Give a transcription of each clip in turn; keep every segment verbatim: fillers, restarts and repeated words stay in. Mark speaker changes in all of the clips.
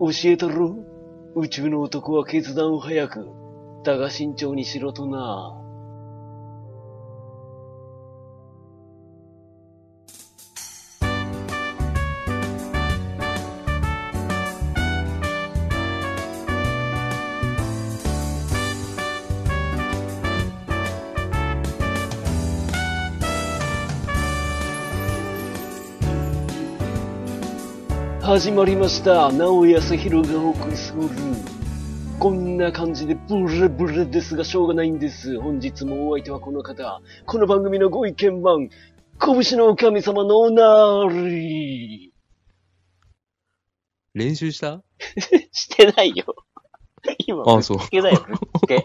Speaker 1: 教えたろ？宇宙の男は決断を早く、だが慎重にしろとな。始まりました。直江康弘がお送りする。こんな感じでブレブレですがしょうがないんです。本日もお相手はこの方。この番組のご意見番。拳の神様のなーり。
Speaker 2: 練習した
Speaker 1: してないよ。今、
Speaker 2: あ、そう。
Speaker 1: ぶっつけだよ、ぶっつけ。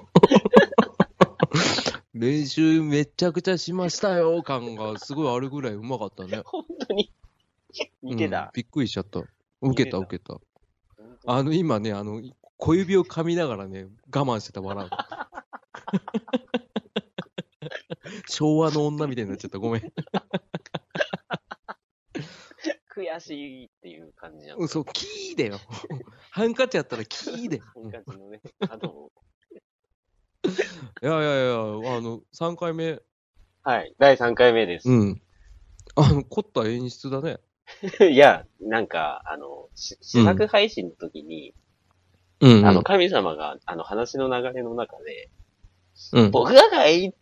Speaker 2: 練習めちゃくちゃしましたよ感がすごいあるぐらいうまかったね。
Speaker 1: 本当に。似てた、
Speaker 2: うん、びっくりしちゃった。受けた受けた。あの今ね、あの小指を噛みながらね、我慢してた笑う。昭和の女みたいになっちゃった。ごめん。
Speaker 1: 悔しいっていう感じじゃん。
Speaker 2: そう、キーだよ。ハンカチやったらキーで。
Speaker 1: ハンカチのね、角を。
Speaker 2: いやいやいや、あの、さんかいめ。
Speaker 1: はい、だいさんかいめです。
Speaker 2: うん。あの、凝った演出だね。
Speaker 1: いや、なんか、あの、し試作配信の時に、
Speaker 2: うん、うん、
Speaker 1: あの、神様が、あの、話の流れの中で、
Speaker 2: うん、
Speaker 1: 僕がかいって、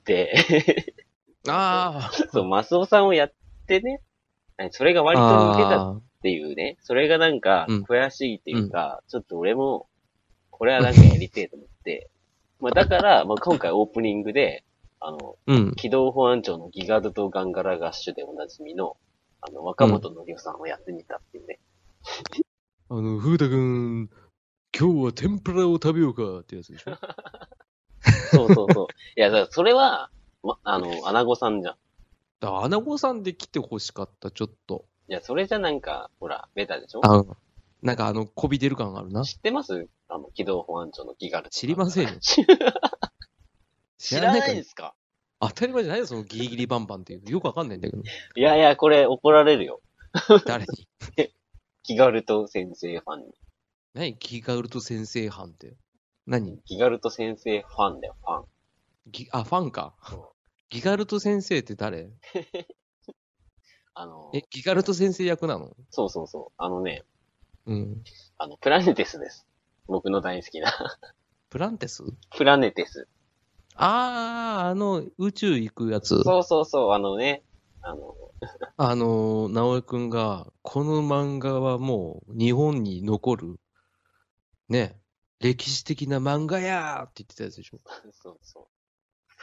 Speaker 2: ああ。
Speaker 1: そう、マスオさんをやってね、それが割と似てたっていうね、それがなんか、悔しいっていうか、うん、ちょっと俺も、これはなんかやりてえと思って、まあだから、まあ今回オープニングで、あの、うん、機動保安庁のギガドとガンガラガッシュでおなじみの、あの、若本のりょさんをやってみたっていうね。
Speaker 2: うん、あの、ふうたくん、今日は天ぷらを食べようかってやつでしょ
Speaker 1: そうそうそう。いや、だからそれは、ま、あの、アナゴさんじゃん。
Speaker 2: だアナゴさんで来てほしかった、ちょっと。
Speaker 1: いや、それじゃなんか、ほら、ベタでしょ？
Speaker 2: あなんかあの、こびてる感があるな。
Speaker 1: 知ってます？あの、機動保安庁のギガル。
Speaker 2: 知りませんよ。
Speaker 1: 知らないですか？
Speaker 2: 当たり前じゃないよ、そのギリギリバンバンっていう。よくわかんないんだけど。
Speaker 1: いやいや、これ怒られるよ。
Speaker 2: 誰に？
Speaker 1: ギガルト先生ファンに。
Speaker 2: 何ギガルト先生ファンって。何
Speaker 1: ギガルト先生ファンだよ、ファン。
Speaker 2: ギあ、ファンか。ギガルト先生って誰？
Speaker 1: あの
Speaker 2: え、ギガルト先生役なの？
Speaker 1: そうそうそう。あのね、
Speaker 2: うん。
Speaker 1: あの、プラネテスです。僕の大好きな。
Speaker 2: プランテス？
Speaker 1: プラネテス。
Speaker 2: あー、あの、宇宙行くやつ。
Speaker 1: そうそうそう、あのね、あの、
Speaker 2: あの、直江くんが、この漫画はもう日本に残る、ね、歴史的な漫画やーって言ってたやつでしょ。
Speaker 1: そうそう。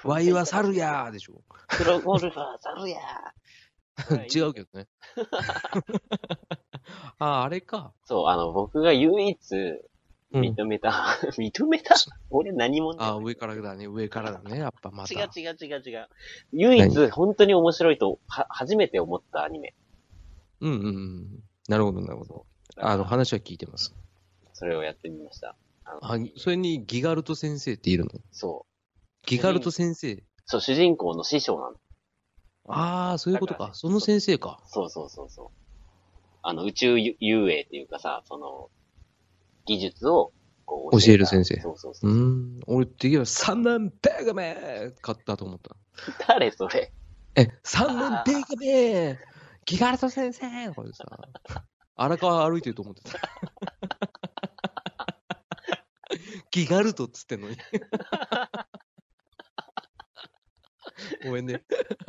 Speaker 2: ワイは猿やーでしょ。
Speaker 1: プロゴルファー猿や
Speaker 2: ー。違うけどね。あ、あれか。
Speaker 1: そう、あの、僕が唯一認めた、うん、認めた俺何も
Speaker 2: あ、上からだね、上からだね、やっぱまた。
Speaker 1: 違う違う違う違う。唯一本当に面白いと、は、初めて思ったアニメ。
Speaker 2: うんうんうん。なるほどなるほど。あの、話は聞いてます。
Speaker 1: それをやってみました。
Speaker 2: ああ、それにギガルト先生っているの？
Speaker 1: そう。
Speaker 2: ギガルト先生。
Speaker 1: そう、主人公の師匠なの。
Speaker 2: ああ、そういうことか。その先生か。
Speaker 1: そうそうそうそう。あの、宇宙遊泳っていうかさ、その、技術をこ
Speaker 2: う教え、教える先生。
Speaker 1: そうそうそう。
Speaker 2: うん。俺、できれば三男ベガメ買ったと思った。
Speaker 1: 誰それ？
Speaker 2: え、三男ベガメギガルト先生これさ、荒川歩いてると思ってた。ギガルトっつってんのに。ごめんね。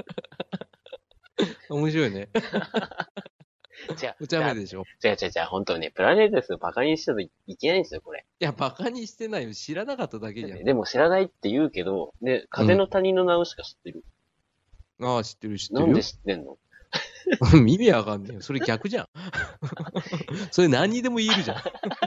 Speaker 2: 面白いね。
Speaker 1: じゃあ、
Speaker 2: お茶目でしょ。
Speaker 1: じゃあ、じゃあ、じゃあ、本当にね、プラネテスバカにしてるといけないんですよ、これ。
Speaker 2: いや、バカにしてないよ。知らなかっただけじゃん。
Speaker 1: でも知らないって言うけど、で、風の谷のナウシカ知ってる？
Speaker 2: うん、ああ、知ってる知ってる。
Speaker 1: なんで知ってんの？
Speaker 2: 意味わかんねえよ。それ逆じゃん。それ何にでも言えるじゃん。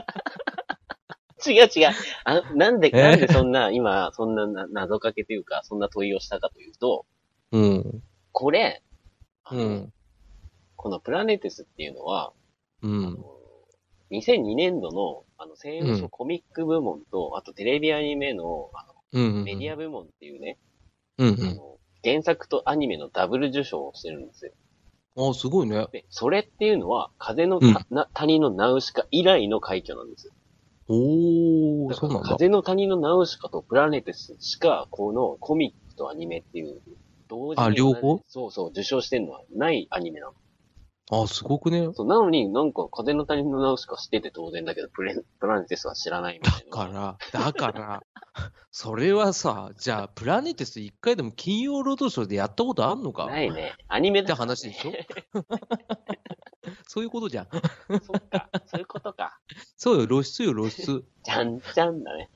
Speaker 1: 違う違う。あなんで、なんでそんな、今、そんなな謎かけというか、そんな問いをしたかというと、
Speaker 2: うん。
Speaker 1: これ、
Speaker 2: うん。
Speaker 1: このプラネテスっていうのは、
Speaker 2: うん。
Speaker 1: にせんにねんどの、あの、西洋書コミック部門と、うん、あとテレビアニメの、あの、うんうんうん、メディア部門っていうね、
Speaker 2: うんうん、
Speaker 1: あの原作とアニメのダブル受賞をしてるんですよ。
Speaker 2: ああ、すごいね。
Speaker 1: で、それっていうのは、風のた、
Speaker 2: うん
Speaker 1: な谷のナウシカ以来の快挙なんですよ。
Speaker 2: おー、
Speaker 1: だから、
Speaker 2: そうなんだ。
Speaker 1: 風の谷のナウシカとプラネテスしか、このコミックとアニメっていう、同時
Speaker 2: あ、
Speaker 1: に同じ、
Speaker 2: 両方
Speaker 1: そうそう、受賞してるのはないアニメなの。
Speaker 2: ああ、すごくね。
Speaker 1: そう、なのになんか風の谷のナウシカ知ってて当然だけど、プレ、プラネテスは知らないみた
Speaker 2: だ
Speaker 1: いな。
Speaker 2: から、だから、それはさ、じゃあ、プラネテス一回でも金曜ロードショーでやったことあんのか
Speaker 1: ないね。アニメ
Speaker 2: って
Speaker 1: だからね。
Speaker 2: 話でしょそういうことじゃん。
Speaker 1: そっか。そういうことか。
Speaker 2: そうよ、露出よ、露出。
Speaker 1: じゃんじゃんだね。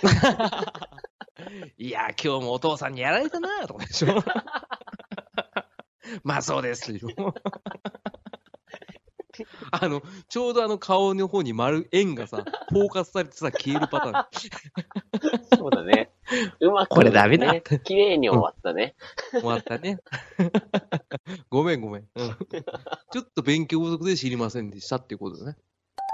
Speaker 2: いや、今日もお父さんにやられたなとかでしょまあそうですよ。あの、ちょうどあの顔の方に丸、円がさ、フォーカスされてさ、消えるパターン。
Speaker 1: そうだね。うまく、ね、
Speaker 2: これダメだ。
Speaker 1: 綺麗に終わったね。
Speaker 2: うん、終わったね。ごめんごめん、うん。ちょっと勉強不足で知りませんでしたっていうことね。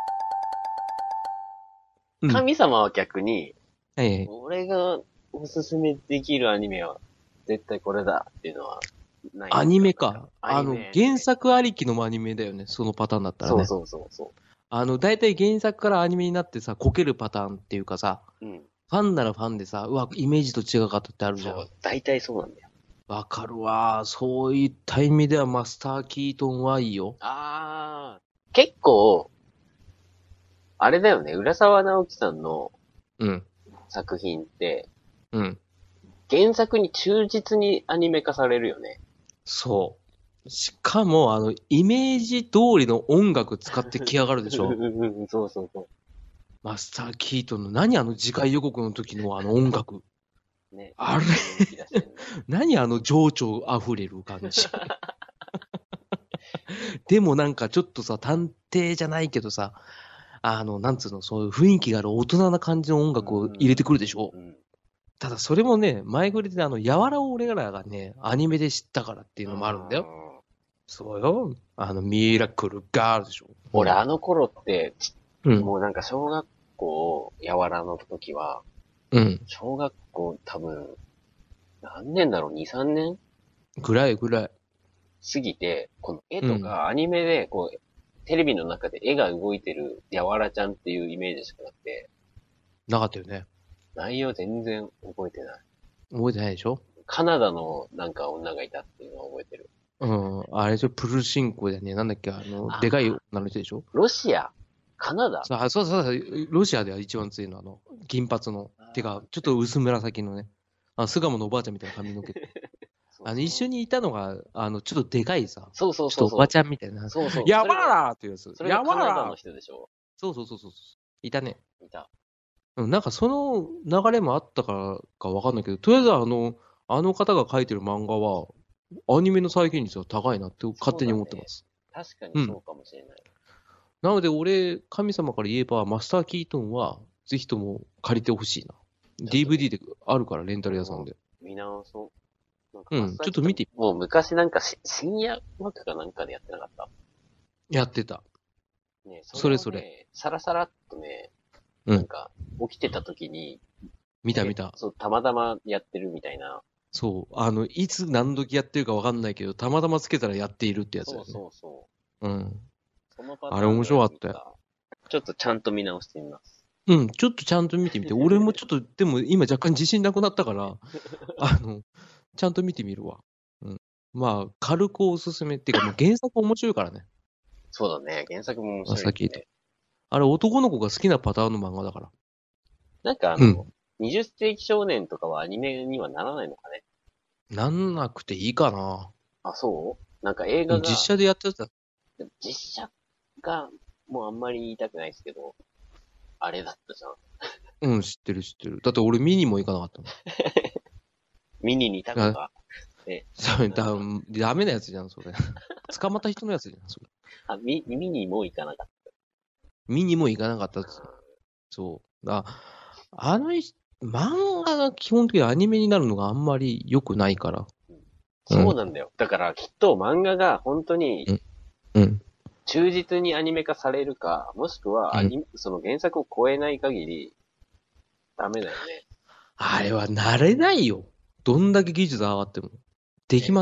Speaker 1: 神様は逆に、
Speaker 2: はいはい、
Speaker 1: 俺がおすすめできるアニメは絶対これだっていうのはない。
Speaker 2: アニメか。あの、原作ありきのアニメだよね。そのパターンだったらね。
Speaker 1: そうそうそうそう。
Speaker 2: あの、大体原作からアニメになってさ、こけるパターンっていうかさ、
Speaker 1: うん、
Speaker 2: ファンならファンでさ、うわ、イメージと違かったってあるじゃん。
Speaker 1: そう、大体そうなんだよ。
Speaker 2: わかるわ。そういった意味ではマスター・キートンはいいよ。
Speaker 1: あー、結構、あれだよね、浦沢直樹さんの作品って、
Speaker 2: うん。
Speaker 1: 原作に忠実にアニメ化されるよね。
Speaker 2: そう。しかも、あの、イメージ通りの音楽使ってきやがるでしょ。
Speaker 1: そうそうそう。
Speaker 2: マスター・キートンの何あの次回予告の時のあの音楽。
Speaker 1: ね、
Speaker 2: あれ何あの情緒あふれる感じ。でもなんかちょっとさ、探偵じゃないけどさ、あの、なんつうの、そういう雰囲気がある大人な感じの音楽を入れてくるでしょ。うんうん、ただそれもね、前触れであの、やわらを俺らがね、アニメで知ったからっていうのもあるんだよ。そうよ。あの、ミラクルガールでしょ。
Speaker 1: 俺あの頃って、うん、もうなんか小学校、やわらの時は、うん。小学校多分、何年だろう ?に、さんねん
Speaker 2: ぐらいぐらい。
Speaker 1: 過ぎて、この絵とかアニメで、こう、テレビの中で絵が動いてるやわらちゃんっていうイメージしかなくて。
Speaker 2: なかったよね。
Speaker 1: 内容全然覚えてない。
Speaker 2: 覚えてないでしょ？
Speaker 1: カナダのなんか女がいたっていうのは覚えてる。
Speaker 2: うん。あれでしょ、プルシンコだよね。なんだっけ、あの、でかい女の人でしょ？
Speaker 1: ロシアカナダ
Speaker 2: そうそうそう、ロシアでは一番強いの、あの、金髪の。てか、ちょっと薄紫のね。あ、巣鴨のおばあちゃんみたいな髪の毛。あの、一緒にいたのが、あの、ちょっとでかいさ。
Speaker 1: そうそうそう。
Speaker 2: ちょっとおばちゃんみたいな。
Speaker 1: そうそう。
Speaker 2: やばらーっていうやつ。
Speaker 1: やばらー。カナダの人でしょ。
Speaker 2: そうそうそうそう。いたね。
Speaker 1: いた。
Speaker 2: うん、なんかその流れもあったからかわかんないけど、とりあえずあの、あの方が描いてる漫画は、アニメの再現率は高いなって勝手に思ってます。
Speaker 1: ね、確かにそうかもしれない。うん、
Speaker 2: なので俺、神様から言えば、マスター・キートンは、ぜひとも借りてほしいな。ディーブイディー であるから、レンタル屋さんで。
Speaker 1: 見直そう。
Speaker 2: うん、ちょっと見て。
Speaker 1: もう昔なんかし深夜枠かなんかでやってなかった？
Speaker 2: やってた。
Speaker 1: ね、
Speaker 2: それ、ね、それそれ。
Speaker 1: さらさらっとね、なんか、起きてた時に、
Speaker 2: うん、見た見た。
Speaker 1: そう、たまたまやってるみたいな。
Speaker 2: そう。あの、いつ何時やってるかわかんないけど、たまたまつけたらやっているってやつだよね。そうそうそう。うん。そのパターンあれ面白かったよ。
Speaker 1: ちょっとちゃんと見直してみます。
Speaker 2: うん、ちょっとちゃんと見てみて。俺もちょっと、でも今若干自信なくなったから、あの、ちゃんと見てみるわ。うん。まあ、軽くおすすめっていうか、もう原作面白いからね。
Speaker 1: そうだね。原作も面白い、ね。さっき言った。
Speaker 2: あれ、男の子が好きなパターンの漫画だから。
Speaker 1: なんかあの、うん、にじゅっ世紀少年とかはアニメにはならないのかね。
Speaker 2: なんなくていいかな。
Speaker 1: あ、そうなんか映画が。
Speaker 2: 実写でやってた。
Speaker 1: 実写が、もうあんまり言いたくないですけど、あれだったじゃ
Speaker 2: ん。うん、知ってる知ってる。だって俺見にも行かなかったの。
Speaker 1: 見ににタコが。
Speaker 2: え、それだ、ダメなやつじゃん、それ。捕まった人のやつじゃん、それ。
Speaker 1: あ、見、見にも行かなかった。
Speaker 2: 見にも行かなかったっつ。そう。だあの、漫画が基本的にアニメになるのがあんまり良くないから。
Speaker 1: うん、そうなんだよ。だからきっと漫画が本当に、うん。忠実にアニメ化されるか、もしくはアニメ、うん、その原作を超えない限り、ダメだよね。
Speaker 2: あれは慣れないよ。どんだけ技術上がっても。できません。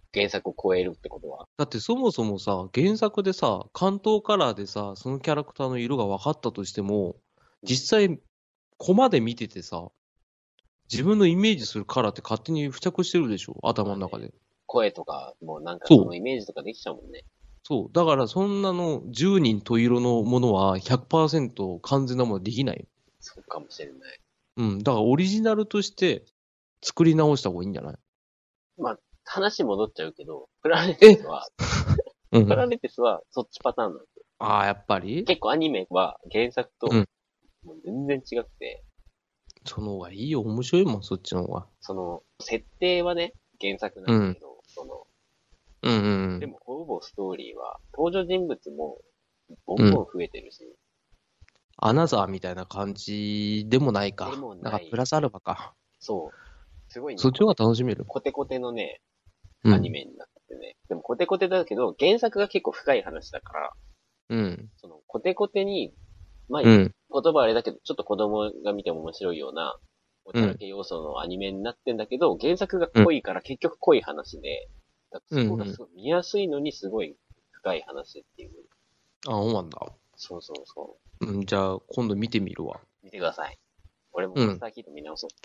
Speaker 1: 原作を超えるってことは。
Speaker 2: だってそもそもさ、原作でさ、関東カラーでさ、そのキャラクターの色が分かったとしても、実際、コマで見ててさ、自分のイメージするカラーって勝手に付着してるでしょ、頭の中で。
Speaker 1: 声とか、もうなんかそのイメージとかできちゃうもんね。
Speaker 2: そう。だからそんなのじゅうにん十色のものは ひゃくパーセント 完全なものできないよ。
Speaker 1: そうかもしれない。
Speaker 2: うん。だからオリジナルとして作り直した方がいいんじゃない？
Speaker 1: まあ、話戻っちゃうけど、プラネテスは、
Speaker 2: うん、
Speaker 1: プラネテスはそっちパターンなんですよ。
Speaker 2: ああ、やっぱり
Speaker 1: 結構アニメは原作と
Speaker 2: うん
Speaker 1: もう全然違くて、
Speaker 2: その方がいいよ。面白いもん、そっちの方が。
Speaker 1: その、設定はね、原作なんだけど、その、
Speaker 2: うんうんうん。
Speaker 1: でもほぼストーリーは、登場人物も、ボンボン増えてるし、
Speaker 2: アナザーみたいな感じでもないか。
Speaker 1: でもない
Speaker 2: なんかプラスアルファか。
Speaker 1: そう。すごいね。
Speaker 2: そっちの方が楽しめる。
Speaker 1: コテコテのね、
Speaker 2: うん
Speaker 1: アニメになってね。でもコテコテだけど、原作が結構深い話だから、
Speaker 2: うん。
Speaker 1: その、コテコテに、まあ、
Speaker 2: うん。
Speaker 1: 言葉あれだけど、ちょっと子供が見ても面白いような、おちゃらけ要素のアニメになってんだけど、原作が濃いから結局濃い話で、だからそこがすごい見やすいのにすごい深い話っていう。
Speaker 2: あ、そうなんだ。
Speaker 1: そうそうそ
Speaker 2: うん、じゃあ今度見てみるわ。
Speaker 1: う。見てください。俺もマスターキート見直そう。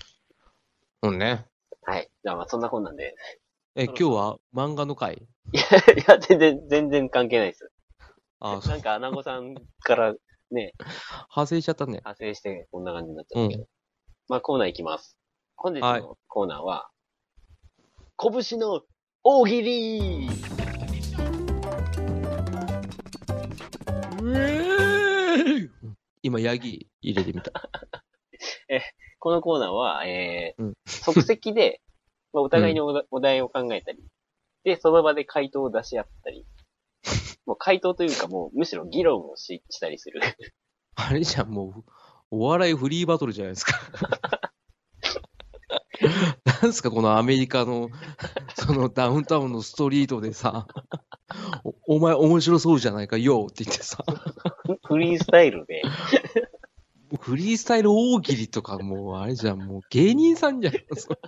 Speaker 2: うんね。
Speaker 1: はい。じゃあまあそんなこんなんで。
Speaker 2: え、今日は漫画の回？
Speaker 1: いや、いや、全然、全然関係ないです。
Speaker 2: あ、そ
Speaker 1: なんか、アナゴさんからね、
Speaker 2: 派生しちゃったね。
Speaker 1: 派生してこんな感じになっちゃったけど。まあコーナーいきます。本日のコーナーは、拳の大喜利
Speaker 2: うえー今、ヤギ入れてみた。
Speaker 1: え、このコーナーは、えー
Speaker 2: うん
Speaker 1: 即席で、まあ、お互いにお,、お題を考えたり、で、その場で回答を出し合ったり、もう回答というかもう、むしろ議論をししたりする。
Speaker 2: あれじゃん、もう、お笑いフリーバトルじゃないですか。なんすか、このアメリカの、そのダウンタウンのストリートでさ、お、お前面白そうじゃないか、よって言ってさ、
Speaker 1: フリースタイルで、
Speaker 2: フリースタイル大喜利とかもう、あれじゃん、もう芸人さんじゃん、それ。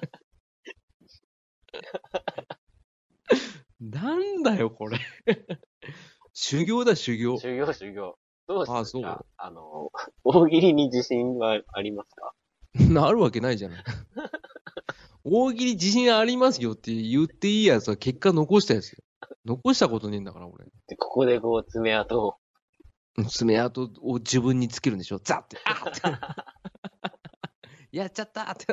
Speaker 2: なんだよ、これ。修行だ、修行。
Speaker 1: 修行修行。どうですか？
Speaker 2: あ、そう。
Speaker 1: あの、大喜利に自信はありますか？
Speaker 2: なるわけないじゃない。大喜利自信ありますよって言っていいやつは結果残したやつよ。残したことねえんだから、俺。
Speaker 1: で、ここでこう爪痕を。
Speaker 2: 爪痕を自分につけるんでしょ？ザって。あってやっちゃったって。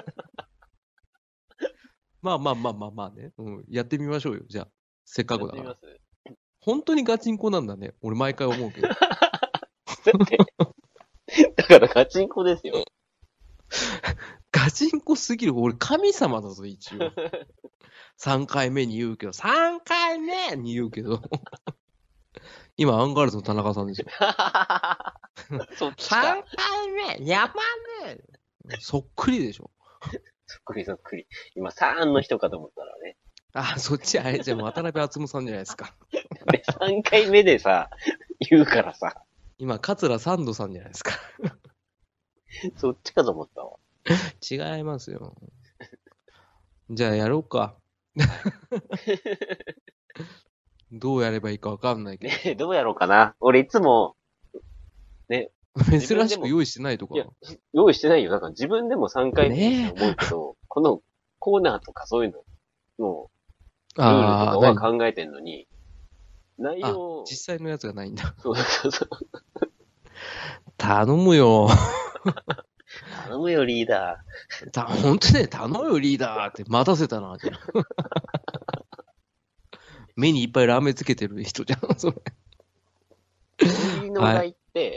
Speaker 2: まあまあまあまあまあね。うん。やってみましょうよ。じゃあ。せっかくだから。本当にガチンコなんだね。俺毎回思うけど。だ
Speaker 1: って。だからガチンコですよ。
Speaker 2: ガチンコすぎる。俺神様だぞ、一応。さんかいめに言うけど、さんかいめに言うけど。今、アンガールズの田中さんですよ。
Speaker 1: そっちか。
Speaker 2: さんかいめやばねそっくりでしょ。
Speaker 1: そっくりそっくり。今、さんの人かと思ったらね。
Speaker 2: あ、そっちあれじゃあ渡辺篤さんじゃないですか。
Speaker 1: で、さんかいめでさ、言うからさ。
Speaker 2: 今、桂三度さんじゃないですか。
Speaker 1: そっちかと思ったわ。
Speaker 2: 違いますよ。じゃあやろうか。どうやればいいかわかんないけど。
Speaker 1: ねどうやろうかな。俺いつも、ね。
Speaker 2: 珍しく用意してないとか。
Speaker 1: いや、用意してないよ。だから自分でもさんかいめって思うけど、ね、このコーナーとかそういうのの、ルールとかは考えてんのに、内容。
Speaker 2: 実際のやつがないんだ。
Speaker 1: そうそうそう。
Speaker 2: 頼むよ。
Speaker 1: 頼むよ、リーダ
Speaker 2: ー。た、ほんとね、頼むよ、リーダーって待たせたな、じゃ目にいっぱいラーメンつけてる人じゃん、それ。
Speaker 1: 大喜利のお題って、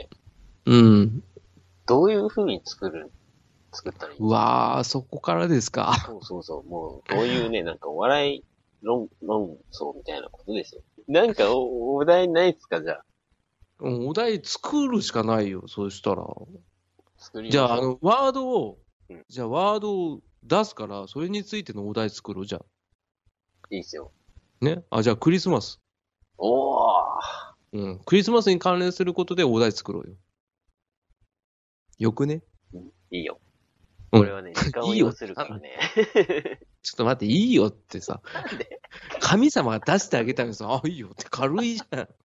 Speaker 2: はい、うん。
Speaker 1: どういう風に作る、作ったらいいんですか？
Speaker 2: うわー、そこからですか。
Speaker 1: そうそうそう。もう、こういうね、なんかお笑い論、論争みたいなことですよ。なんかお、お題ないっすか、じゃあ。
Speaker 2: お題作るしかないよ、そうしたら。作りじゃあ、あの、ワードを、うん、じゃあワードを出すから、それについてのお題作ろう、じゃあ。
Speaker 1: いいっすよ。
Speaker 2: ね。あ、じゃあクリスマス。
Speaker 1: おー。
Speaker 2: うん。クリスマスに関連することでお題作ろうよ。よくね？
Speaker 1: うん、いいよ。 これはね、時間を要するからね。
Speaker 2: ちょっと待って、いいよってさ。
Speaker 1: なんで
Speaker 2: 神様が出してあげたのにさ、あ、いいよって軽いじゃん。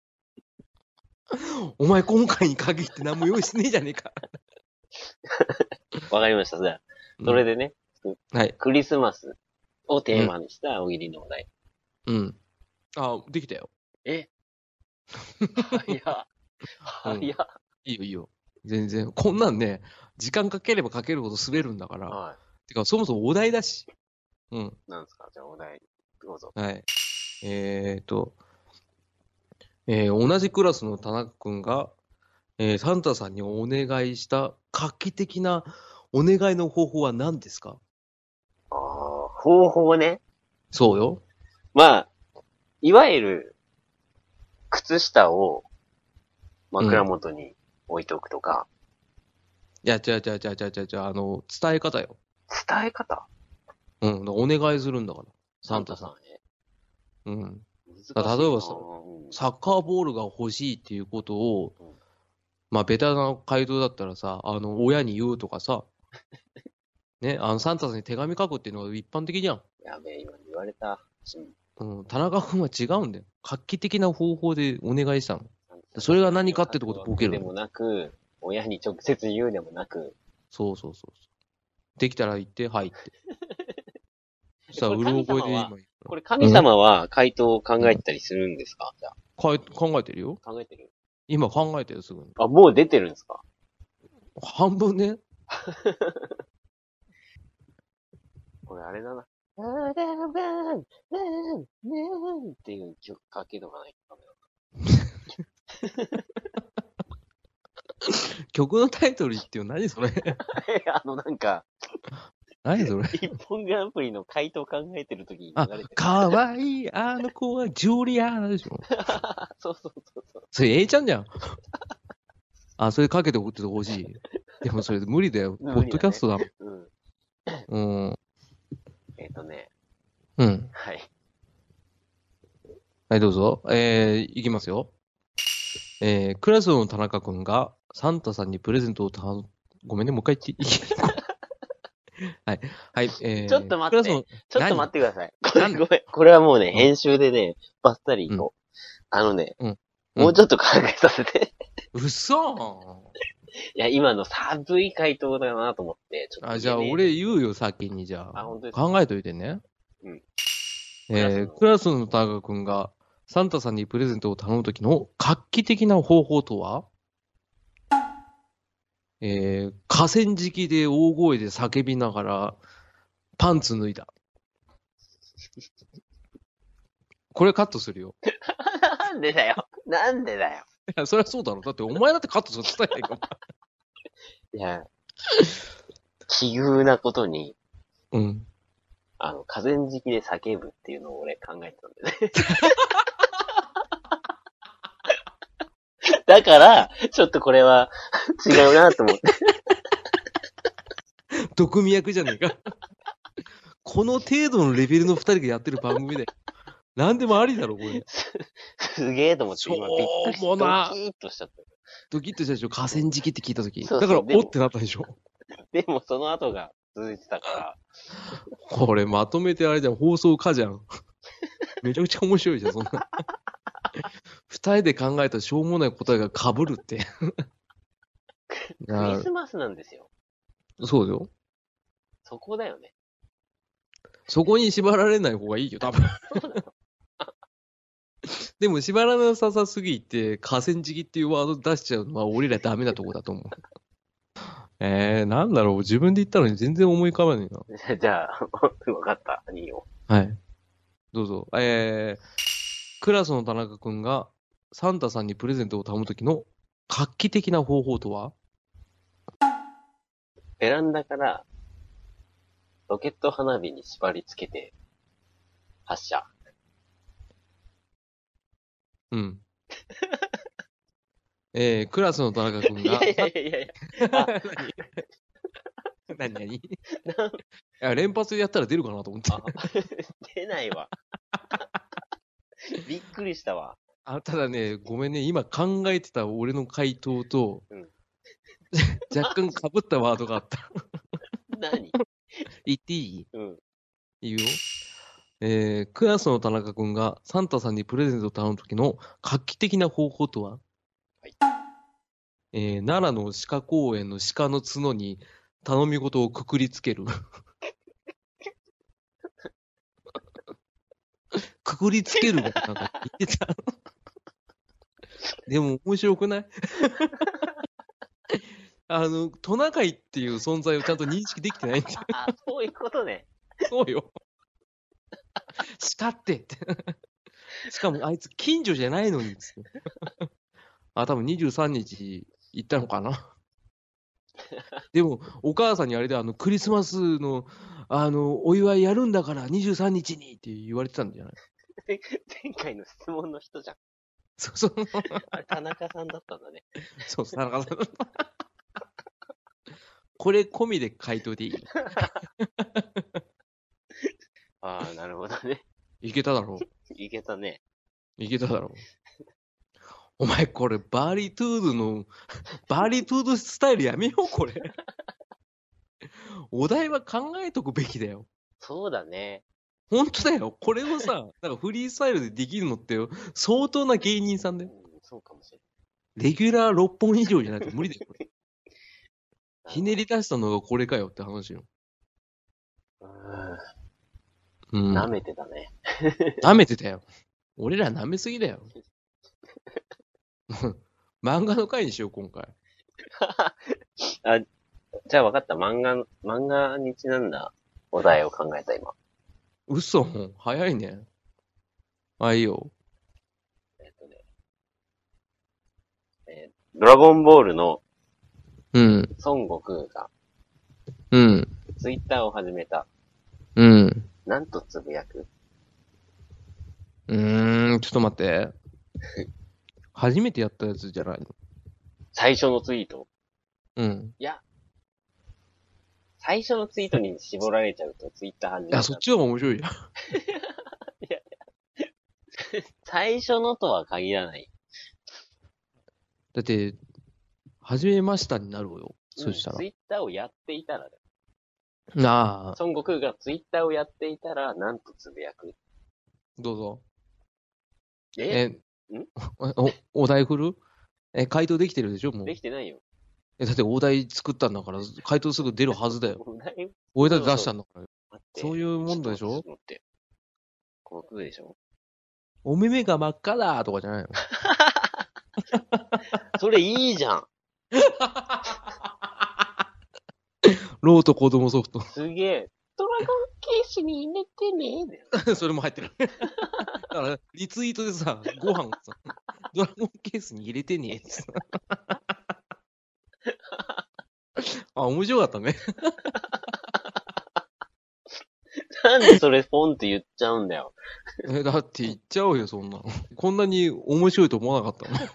Speaker 2: お前今回に限って何も用意してねえじゃねえか。
Speaker 1: わかりました。じゃあ、それでね、
Speaker 2: うん、はい。
Speaker 1: クリスマスをテーマにした大喜利のお題。
Speaker 2: うん。あ、できたよ。
Speaker 1: え早っ。早っ、うん。い
Speaker 2: いよいいよ。全然。こんなんね、時間かければかけるほど滑るんだから。はい。てか、そもそもお題だし。うん。
Speaker 1: なんですか？じゃあお題、どうぞ。
Speaker 2: はい。えーと、えー、同じクラスの田中くんが、えー、サンタさんにお願いした画期的なお願いの方法は何ですか？
Speaker 1: ああ、方法ね。
Speaker 2: そうよ。
Speaker 1: まあ、いわゆる、靴下を枕元に置いておくとか。
Speaker 2: うん、いや、違う違う違う違う違う違う、あの、伝え方よ。
Speaker 1: 伝え方？
Speaker 2: うん、お願いするんだから。サンタさん。うん。例えばさ、サッカーボールが欲しいっていうことを、うん、まあ、ベタな回答だったらさ、あの、親に言うとかさ、ね、あの、サンタさんに手紙書くっていうのが一般的じゃん。
Speaker 1: やべえ、今言われた。
Speaker 2: うん、田中君は違うんだよ。画期的な方法でお願いしたの。それが何かってとこでボケるの。
Speaker 1: でもなく、親に直接言うでもなく。
Speaker 2: そうそうそう。できたら言って、はいって。さあ、うろ覚えで今。
Speaker 1: これ神様は回答を考えてたりするんですか？じゃあ。
Speaker 2: 考えてるよ。
Speaker 1: 考えてる？
Speaker 2: 今考えてるすぐに。
Speaker 1: あ、もう出てるんですか？
Speaker 2: 半分ね。
Speaker 1: これあれだな。っていう曲かけとかないとダメだ。
Speaker 2: 曲のタイトルっていう何それ
Speaker 1: あのなんか、
Speaker 2: 何それ
Speaker 1: 一本グランプリの回答考えてる時に
Speaker 2: 流れてる。あ、かわいい、あの子はジュリアーナでしょ。
Speaker 1: そうそうそうそう。
Speaker 2: それ A ちゃんじゃん。あ、それかけて送ってほしい。でもそれ無理だよ。ポッドキャストだもん。うん。うん。
Speaker 1: えっとね。
Speaker 2: うん。
Speaker 1: はい。
Speaker 2: はい、どうぞ。えー、いきますよ。えー、クラスの田中くんがサンタさんにプレゼントをた、ごめんね、もう一回言っていいはい。はい。えー、
Speaker 1: ちょっと待って。ちょっと待ってください。これ、ごめん。これはもうね、編集でね、バッサリいこう。うん、あのね、うん、もうちょっと考えさせて。
Speaker 2: うそ
Speaker 1: いや、今の寒い回答だなと思って。
Speaker 2: ちょっとあ、じゃあ俺言うよ、先にじゃあ。あ、本当ですか？考えといてね。うん。えー、クラスの田中くんがサンタさんにプレゼントを頼むときの画期的な方法とは？えー、河川敷で大声で叫びながらパンツ脱いだ。これカットするよ。
Speaker 1: なんでだよ。なんでだよ。
Speaker 2: いや、そりゃそうだろ。だってお前だってカットするって伝えないか。
Speaker 1: いや、奇遇なことに、
Speaker 2: うん。
Speaker 1: あの、河川敷で叫ぶっていうのを俺考えてたんだよね。だから、ちょっとこれは違うなと思って。
Speaker 2: 毒味役じゃねえか。この程度のレベルの二人がやってる番組で。なんでもありだろ、これ。
Speaker 1: す、すげえと思って、今びっくりした。ドキッとしちゃった。
Speaker 2: ドキッとしたでしょ、河川敷って聞いたとき。だから、おってなったでしょ。
Speaker 1: でも、その後が続いてたから。
Speaker 2: これ、まとめてあれじゃん、放送かじゃん。めちゃくちゃ面白いじゃん、そんな。二人で考えたしょうもない答えが被るって。
Speaker 1: クリスマスなんですよ。
Speaker 2: そうだよ。
Speaker 1: そこだよね。
Speaker 2: そこに縛られない方がいいよ、多分。でも縛らなささすぎて、河川敷っていうワード出しちゃうのは俺らダメなとこだと思う。えー、なんだろう、自分で言ったのに全然思い浮かばないな。
Speaker 1: じゃあ、わかった。いいよ。
Speaker 2: はい。どうぞ。えー、クラスの田中くんがサンタさんにプレゼントを頼むときの画期的な方法とは？
Speaker 1: ベランダからロケット花火に縛り付けて発射。
Speaker 2: うん。えー、クラスの田中くんが。いやいやいやいや。何何いや連発でやったら出るかなと思って。
Speaker 1: 出ないわ。びっくりしたわ。
Speaker 2: あ、ただね、ごめんね、今考えてた俺の回答と、うん、若干被ったワードがあった。
Speaker 1: 何
Speaker 2: 言っていい？
Speaker 1: うん。
Speaker 2: いいよ。えー、クラスの田中くんがサンタさんにプレゼントを頼むときの画期的な方法とは？
Speaker 1: はい。
Speaker 2: えー、奈良の鹿公園の鹿の角に頼み事をくくりつける。くくりつけるがなんか言ってた。でも面白くない？あの、トナカイっていう存在をちゃんと認識できてないんだよ。
Speaker 1: あ、そういうことね。
Speaker 2: そうよ。鹿ってって。しかもあいつ近所じゃないのにつって。あ、多分にじゅうさんにち行ったのかな。でも、お母さんにあれであのクリスマスのあのお祝いやるんだからにじゅうさんにちにって言われてたんじゃない？
Speaker 1: 前回の質問の人じゃん。
Speaker 2: そうそう。
Speaker 1: あれ、田中さんだったんだね。
Speaker 2: そうそう、田中さん。これ込みで回答でいい？
Speaker 1: ああ、なるほどね。
Speaker 2: いけただろう。
Speaker 1: いけたね。
Speaker 2: いけただろう。お前これバーリトゥードの、バーリトゥードスタイルやめよう、これ。お題は考えとくべきだよ。
Speaker 1: そうだね。
Speaker 2: ほんとだよ。これをさ、なんかフリースタイルでできるのって相当な芸人さんだよ。
Speaker 1: うん、そうかもしれ
Speaker 2: レギュラーろっぽん以上じゃないと無理だよ、これ。ひねり出したのがこれかよって話よ。
Speaker 1: ない。
Speaker 2: う
Speaker 1: うん。
Speaker 2: ん。
Speaker 1: 舐めてたね。
Speaker 2: 舐めてたよ。俺ら舐めすぎだよ。漫画の回にしよう、今回。
Speaker 1: あ、じゃあ分かった。漫画、漫画にちなんだお題を考えた、今。
Speaker 2: 嘘早いね。あ、いいよ。
Speaker 1: えっとね。えードラゴンボールの
Speaker 2: うん。
Speaker 1: 孫悟空が
Speaker 2: うん。
Speaker 1: ツイッターを始めた。
Speaker 2: うん。
Speaker 1: なんとつぶやく？
Speaker 2: うーん、ちょっと待って。初めてやったやつじゃないの？
Speaker 1: 最初のツイート。
Speaker 2: うん。
Speaker 1: いや、最初のツイートに絞られちゃうとツイッター始めた。
Speaker 2: あ、そっちの方が面白いじゃん。
Speaker 1: いやいや。最初のとは限らない。
Speaker 2: だって、始めましたになるよ。そしたら。
Speaker 1: ツイッターをやっていたらだよ。
Speaker 2: なあ、
Speaker 1: 孫悟空がツイッターをやっていたら、なんとつぶやく？
Speaker 2: どうぞ。
Speaker 1: え
Speaker 2: え、
Speaker 1: ん
Speaker 2: お、お題振る？え、回答できてるでしょもう。
Speaker 1: できてないよ。
Speaker 2: え、だってお題作ったんだから、回答すぐ出るはずだよ。
Speaker 1: お題
Speaker 2: お題出したんだから。
Speaker 1: 待って。
Speaker 2: そういうもんだでしょ？
Speaker 1: ちょっと待って。悟空でしょ？
Speaker 2: お目目が真っ赤だとかじゃないの？
Speaker 1: それいいじゃん。
Speaker 2: ローと子供ソフト。
Speaker 1: すげえ。ドラゴンケースに入れてね。
Speaker 2: それも入ってる。だから、リツイートでさ、ご飯をさ、ドラゴンケースに入れてねえってさ。あ、面白かったね。
Speaker 1: なんでそれポンって言っちゃうんだよ。
Speaker 2: え、だって言っちゃおうよ、そんなの。こんなに面白いと思わなかったの。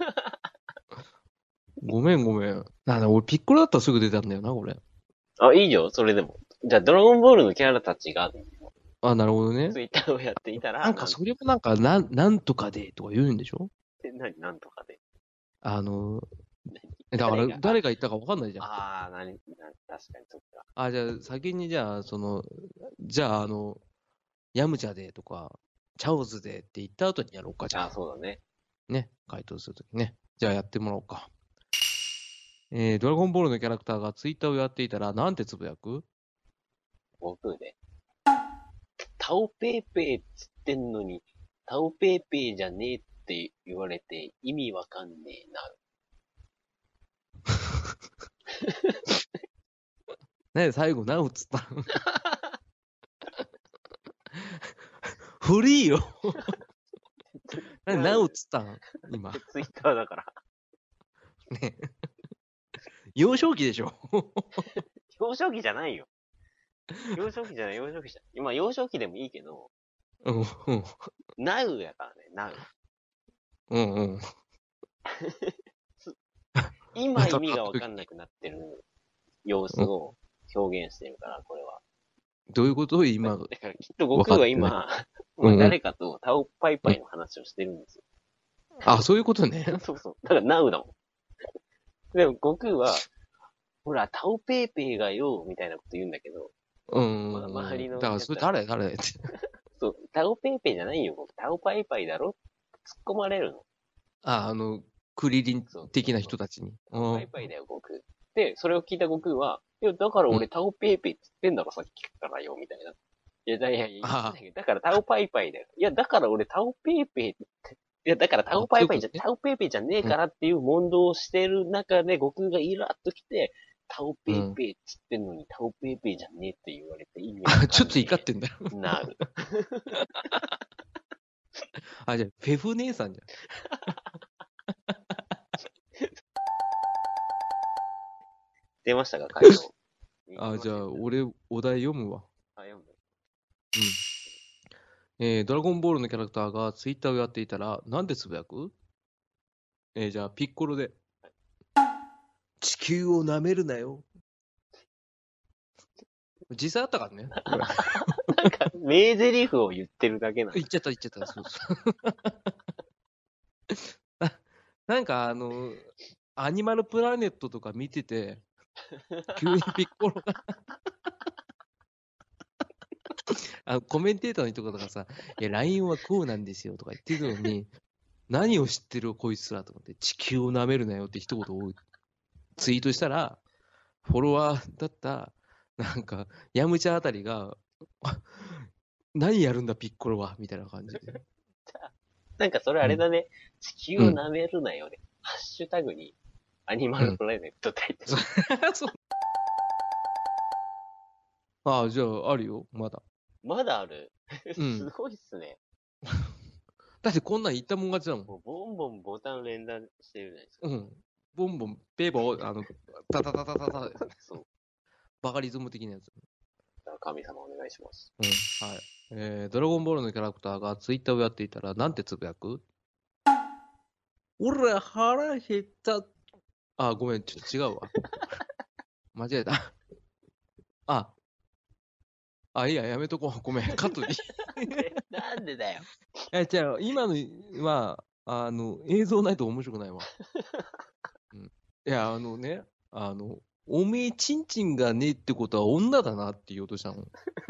Speaker 2: ごめんごめん。なんだ、俺ピッコロだったらすぐ出たんだよな、これ。
Speaker 1: あ、いいよ、それでも。じゃあ、ドラゴンボールのキャラたちが、
Speaker 2: あ、なるほどね。
Speaker 1: ツイッターをやっていたら、
Speaker 2: なんかそれもなんか、なん、なんとかでとか言うんでしょ？
Speaker 1: え、なに、なんとかで。
Speaker 2: あの、だから誰が言ったか分かんないじゃん。
Speaker 1: ああ、なに、な、確かにそっか。
Speaker 2: あ、じゃあ先にじゃあ、その、じゃああの、ヤムチャでとか、チャオズでって言った後にやろうか、じゃあ。
Speaker 1: あ、そうだね。
Speaker 2: ね、回答するときね。じゃあやってもらおうか。えー、ドラゴンボールのキャラクターがツイッターをやっていたら、なんてつぶやく？
Speaker 1: 僕で。タオペーペーっつってんのに、タオペーペーじゃねえって言われて意味わかんねえな。
Speaker 2: ね、最後、なおつったの？フリーよ。なおつったん今。
Speaker 1: ツイッターだから。
Speaker 2: ね。幼少期でしょ？
Speaker 1: 幼少期じゃないよ。幼少期じゃない、幼少期じゃない。今、幼少期でもいいけど、
Speaker 2: うん、うん。
Speaker 1: ナウやからね、ナウ。
Speaker 2: うんうん。
Speaker 1: 今意味がわかんなくなってる様子を表現してるから、これは。
Speaker 2: どういうこと今。
Speaker 1: だからきっと悟空は今、
Speaker 2: うんうん、
Speaker 1: 誰かとタオパイパイの話をしてるんですよ。
Speaker 2: あ、そういうことね。
Speaker 1: そうそう。だからナウだもん。でも悟空は、 ほら、タオペーペーがよ、みたいなこと言うんだけど、
Speaker 2: うん。
Speaker 1: ま、周りの。
Speaker 2: だから、それ誰誰って。
Speaker 1: そう、タオペーペーじゃないよ、僕。タオパイパイだろ突っ込まれるの。
Speaker 2: あ、あの、クリリン的な人たちに。
Speaker 1: タオパイパイだよ、悟空。で、それを聞いた悟空は、いや、だから俺タオペーペーって言ってんだろ、さっきからよ、みたいな。いや、いやいや、いやだからタオパイパイだよ。いや、だから俺タオペーペーって、いや、だからタオパイパイじゃ、タオペーペーじゃねえからっていう問答をしてる中で、悟空がイラッと来て、タオペーペーっつってんのに、タオペーペーじゃねえって言われて意味わかんねえ。
Speaker 2: ちょっと怒ってんだよ。
Speaker 1: なる。
Speaker 2: あ、じゃあ、フェフ姉さんじゃん。
Speaker 1: 出ましたか、回答。
Speaker 2: あ、じゃあ、俺、お題読むわ。
Speaker 1: あ、読む。うん。
Speaker 2: えー、ドラゴンボールのキャラクターがツイッターをやっていたら、なんでつぶやく？えー、じゃあ、ピッコロで。地球を舐めるなよ。実際あったからね。
Speaker 1: なんか、名台詞を言ってるだけなの。
Speaker 2: 言っちゃった、言っちゃった。そうそうなんか、あの、アニマルプラネットとか見てて、急にピッコロがあの、コメンテーターの人とかさ、いや、ライン はこうなんですよとか言ってるのに、何を知ってるこいつらと思って、地球を舐めるなよって一言をツイートしたら、フォロワーだった、なんか、ヤムチャあたりが、何やるんだピッコロはみたいな感じで。
Speaker 1: なんかそれあれだね、うん、地球を舐めるなよね、うん。ハッシュタグに、アニマルプラネットって言ってる。そう。
Speaker 2: ああ、じゃあ、あるよ、まだ。
Speaker 1: まだある、うん、すごいっすね。
Speaker 2: だってこんなん言ったもん勝ちだもん。
Speaker 1: もうボンボンボタン連打してるじゃないですか。
Speaker 2: うん。ボンボン、ペーボー、あの、タタタタタタ。そう。バカリズム的なやつ。
Speaker 1: 神様お願いします。
Speaker 2: うん。はい。えー、ドラゴンボールのキャラクターがツイッターをやっていたら、なんてつぶやく？俺、腹減った。あ、ごめん、ちょっと違うわ。間違えた。あ、あ、いいや、やめとこう。ごめん、カットで。
Speaker 1: なんでだよ。
Speaker 2: え、じゃあ、今のは、あの、映像ないと面白くないわ。うん、いや、あのね、あの、おめえ、チンチンがねえってことは女だなって言おうとしたの。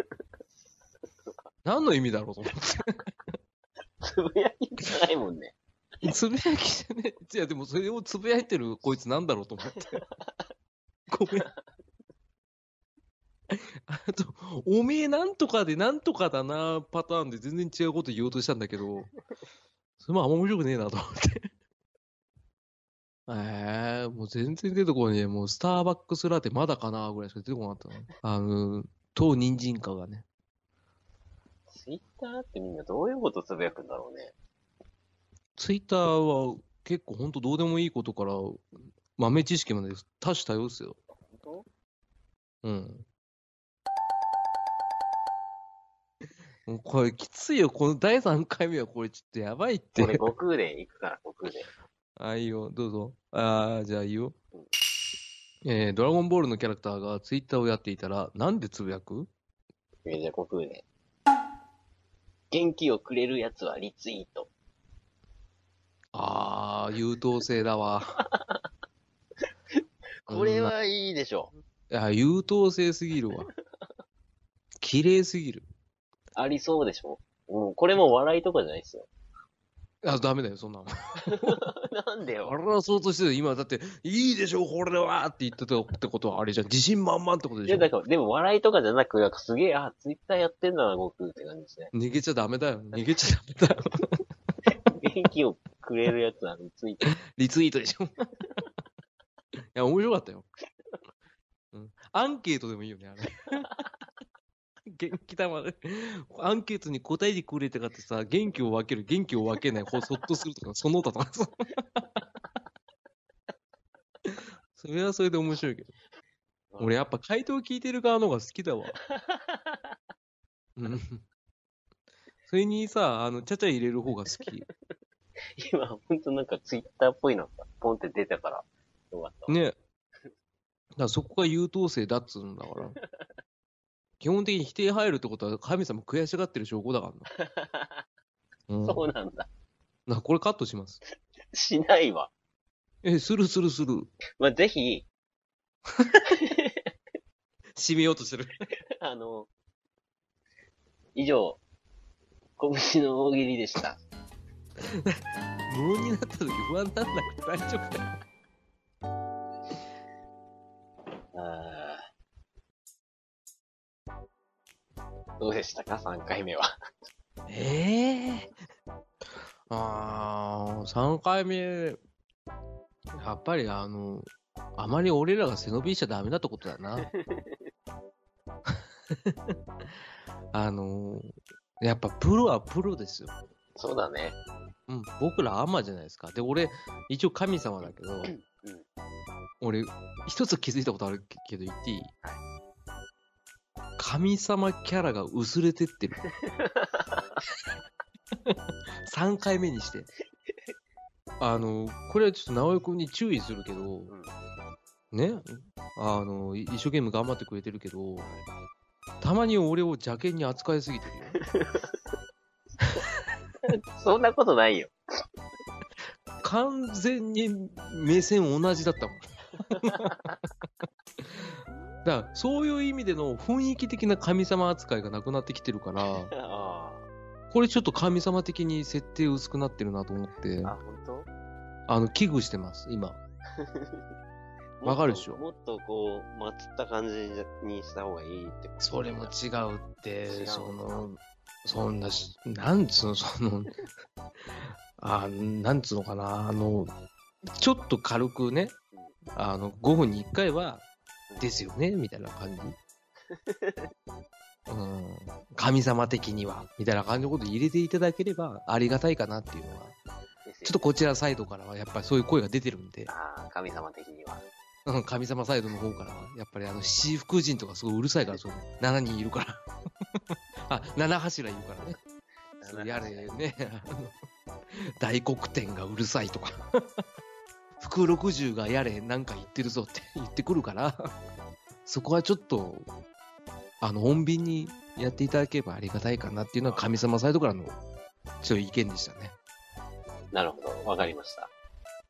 Speaker 2: 何の意味だろうと思って。
Speaker 1: つぶやきじゃないもんね。
Speaker 2: つぶやきじゃねえ。いや、でもそれをつぶやいてるこいつなんだろうと思って。ごめん。あと、おめえなんとかでなんとかだなパターンで全然違うこと言おうとしたんだけど、それもあんま面白くねえなと思って。えー、もう全然出てこねえ。もうスターバックスラテまだかなぐらいしか出てこなかったの。あの、当人参家がね。
Speaker 1: ツイッターってみんなどういうことつぶやくんだろうね。
Speaker 2: ツイッターは結構ほんとどうでもいいことから豆知識まで多種多様ですよ。
Speaker 1: 本当？
Speaker 2: うん。もうこれきついよ。このだいさんかいめはこれちょっとやばいって。
Speaker 1: 俺悟空で行くから、悟空で。
Speaker 2: あ、いいよ。どうぞ。あー、じゃあいいよ。うん、えー、ドラゴンボールのキャラクターがツイッターをやっていたらなんでつぶやく？
Speaker 1: えー、じゃあ悟空で。元気をくれるやつはリツイート。
Speaker 2: あー、優等生だわ。
Speaker 1: これはいいでしょ。
Speaker 2: いや、優等生すぎるわ。綺麗すぎる。
Speaker 1: ありそうでしょ。うん、これも笑いとかじゃないですよ。
Speaker 2: あ、ダメだよ、そんなの。
Speaker 1: なんでよ。
Speaker 2: 笑そうとしてる。今、だって、いいでしょ、これはって言ってたってことは、あれじゃん。自信満々ってことでしょ。いや、
Speaker 1: だから、でも笑いとかじゃなく、なんかすげえ、あ、ツイッターやってんだな、悟空って感じですね。
Speaker 2: 逃げちゃダメだよ。逃げちゃダメだよ。
Speaker 1: 元気をくれるやつはリツイート。
Speaker 2: リツイートでしょ。いや、面白かったよ。うん。アンケートでもいいよね、あれ。元気玉で。アンケートに答えてくれてかってさ、元気を分ける、元気を分けない、ほそっとするとか、その他とかさ。それはそれで面白いけど。俺やっぱ回答聞いてる側の方が好きだわ。うん。それにさ、あの、ちゃちゃ入れる方が好き。
Speaker 1: 今、ほんとなんかツイッターっぽいのがポンって出たから、よかったわ。
Speaker 2: ね。だからそこが優等生だっつうんだから。基本的に否定入るってことは神様悔しがってる証拠だからな。
Speaker 1: うん、そうなんだ。
Speaker 2: な、これカットします。
Speaker 1: しないわ。
Speaker 2: え、するするする。
Speaker 1: まあ、ぜひ、
Speaker 2: 締めようとしてる。
Speaker 1: あの、以上、拳の大喜利でした。
Speaker 2: 無音になった時不安にならなくて大丈夫だよ。
Speaker 1: あー、どうでしたかさんかいめは。
Speaker 2: ええー、あー、さんかいめ、やっぱりあの、あまり俺らが背伸びしちゃダメだってことだな。あの、やっぱプロはプロですよ。
Speaker 1: そうだね。
Speaker 2: うん、僕らアマじゃないですか。で、俺、一応神様だけど、うん、俺、一つ気づいたことあるけど言っていい？はい、神様キャラが薄れてってる。さんかいめにして。あの、これはちょっと直江くんに注意するけど、うん、ね、あの、一生懸命頑張ってくれてるけど、たまに俺を邪険に扱いすぎてるよ。
Speaker 1: そんなことないよ。
Speaker 2: 完全に目線同じだったもん。だからそういう意味での雰囲気的な神様扱いがなくなってきてるからあこれちょっと神様的に設定薄くなってるなと思って
Speaker 1: あ本当
Speaker 2: あの危惧してます今。わかるでしょ。
Speaker 1: もっとこうまつった感じにした方がいいってこと。
Speaker 2: それも違うってそのそんなしなんつうのそのあなんつうのかなあのちょっと軽くねあのごふんにいっかいはですよねみたいな感じ。うん、神様的にはみたいな感じのこと入れていただければありがたいかなっていうのは、ちょっとこちらサイドからはやっぱりそういう声が出てるんで。
Speaker 1: ああ、神様的には。
Speaker 2: うん、神様サイドの方からはやっぱりあの七福神とかすごいうるさいからそうしちにんいるからあ七柱いるからね。そうやれね大黒天がうるさいとか福六十がやれなんか言ってるぞって言ってくるからそこはちょっとあの穏便にやっていただければありがたいかなっていうのは神様サイドからのちょっと意見でしたね。
Speaker 1: なるほど、わかりました。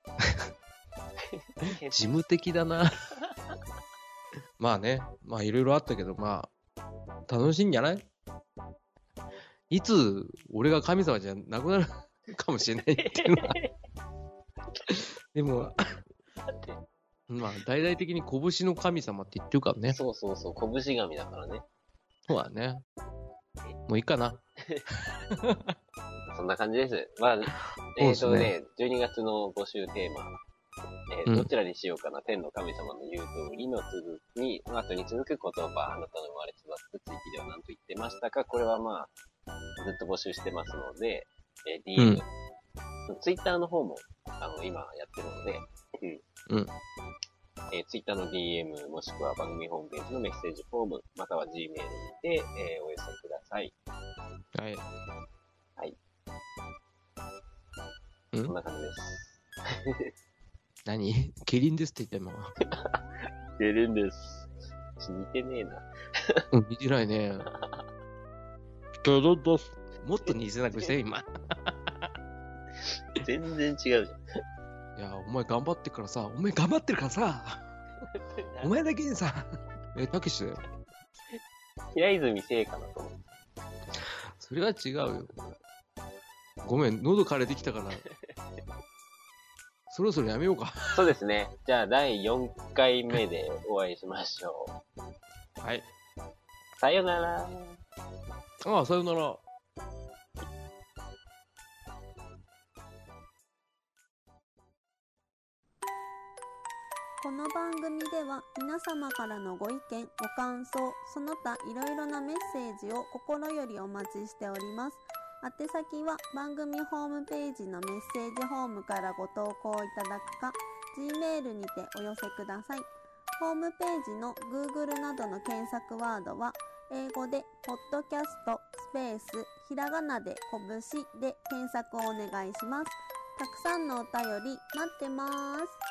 Speaker 2: 事務的だな。まあね、まあいろいろあったけど、まあ楽しいんじゃない？いつ俺が神様じゃなくなるかもしれないっていうのは。でも、まあ大々的に拳の神様って言ってるからね。
Speaker 1: そうそうそう、拳神だからね。
Speaker 2: そうだね。もういいかな。
Speaker 1: そんな感じです。まあ、えっ、ー、とね、じゅうにがつの募集テーマ、えー、どちらにしようかな、うん、天の神様の言う通りの続きに、後に続く言葉、あなたの生まれ育つ地域では何と言ってましたか？これはまあ、ずっと募集してますので、えー、ディーエム、うん、ツイッターの方も、あの、今やってるので、うん。うんえー、ツイッターの ディーエム もしくは番組ホームページのメッセージフォーム、または Gmail にて、えー、お寄せください。
Speaker 2: はい。
Speaker 1: はい。そんな感じです。
Speaker 2: 何？キリンですって言った
Speaker 1: 今。キリンです。似てねえな。
Speaker 2: うん、似てないね。キリンです。もっと似せなくして、今。
Speaker 1: 全然違うじゃん。
Speaker 2: いや、お前頑張ってからさ、お前頑張ってるからさ、お前だけにさ、え、たけしだよ。
Speaker 1: 平泉聖かなと思って。
Speaker 2: それは違うよ。ごめん、喉枯れてきたから。そろそろやめようか。
Speaker 1: そうですね。じゃあ、だいよんかいめでお会いしましょ
Speaker 2: う。はい。
Speaker 1: さよなら。
Speaker 2: ああ、さよなら。
Speaker 3: この番組では皆様からのご意見、ご感想、その他いろいろなメッセージを心よりお待ちしております。宛先は番組ホームページのメッセージフォームからご投稿いただくか、Gmail にてお寄せください。ホームページの Google などの検索ワードは、英語でポッドキャストスペースひらがなで拳で検索をお願いします。たくさんのお便り待ってます。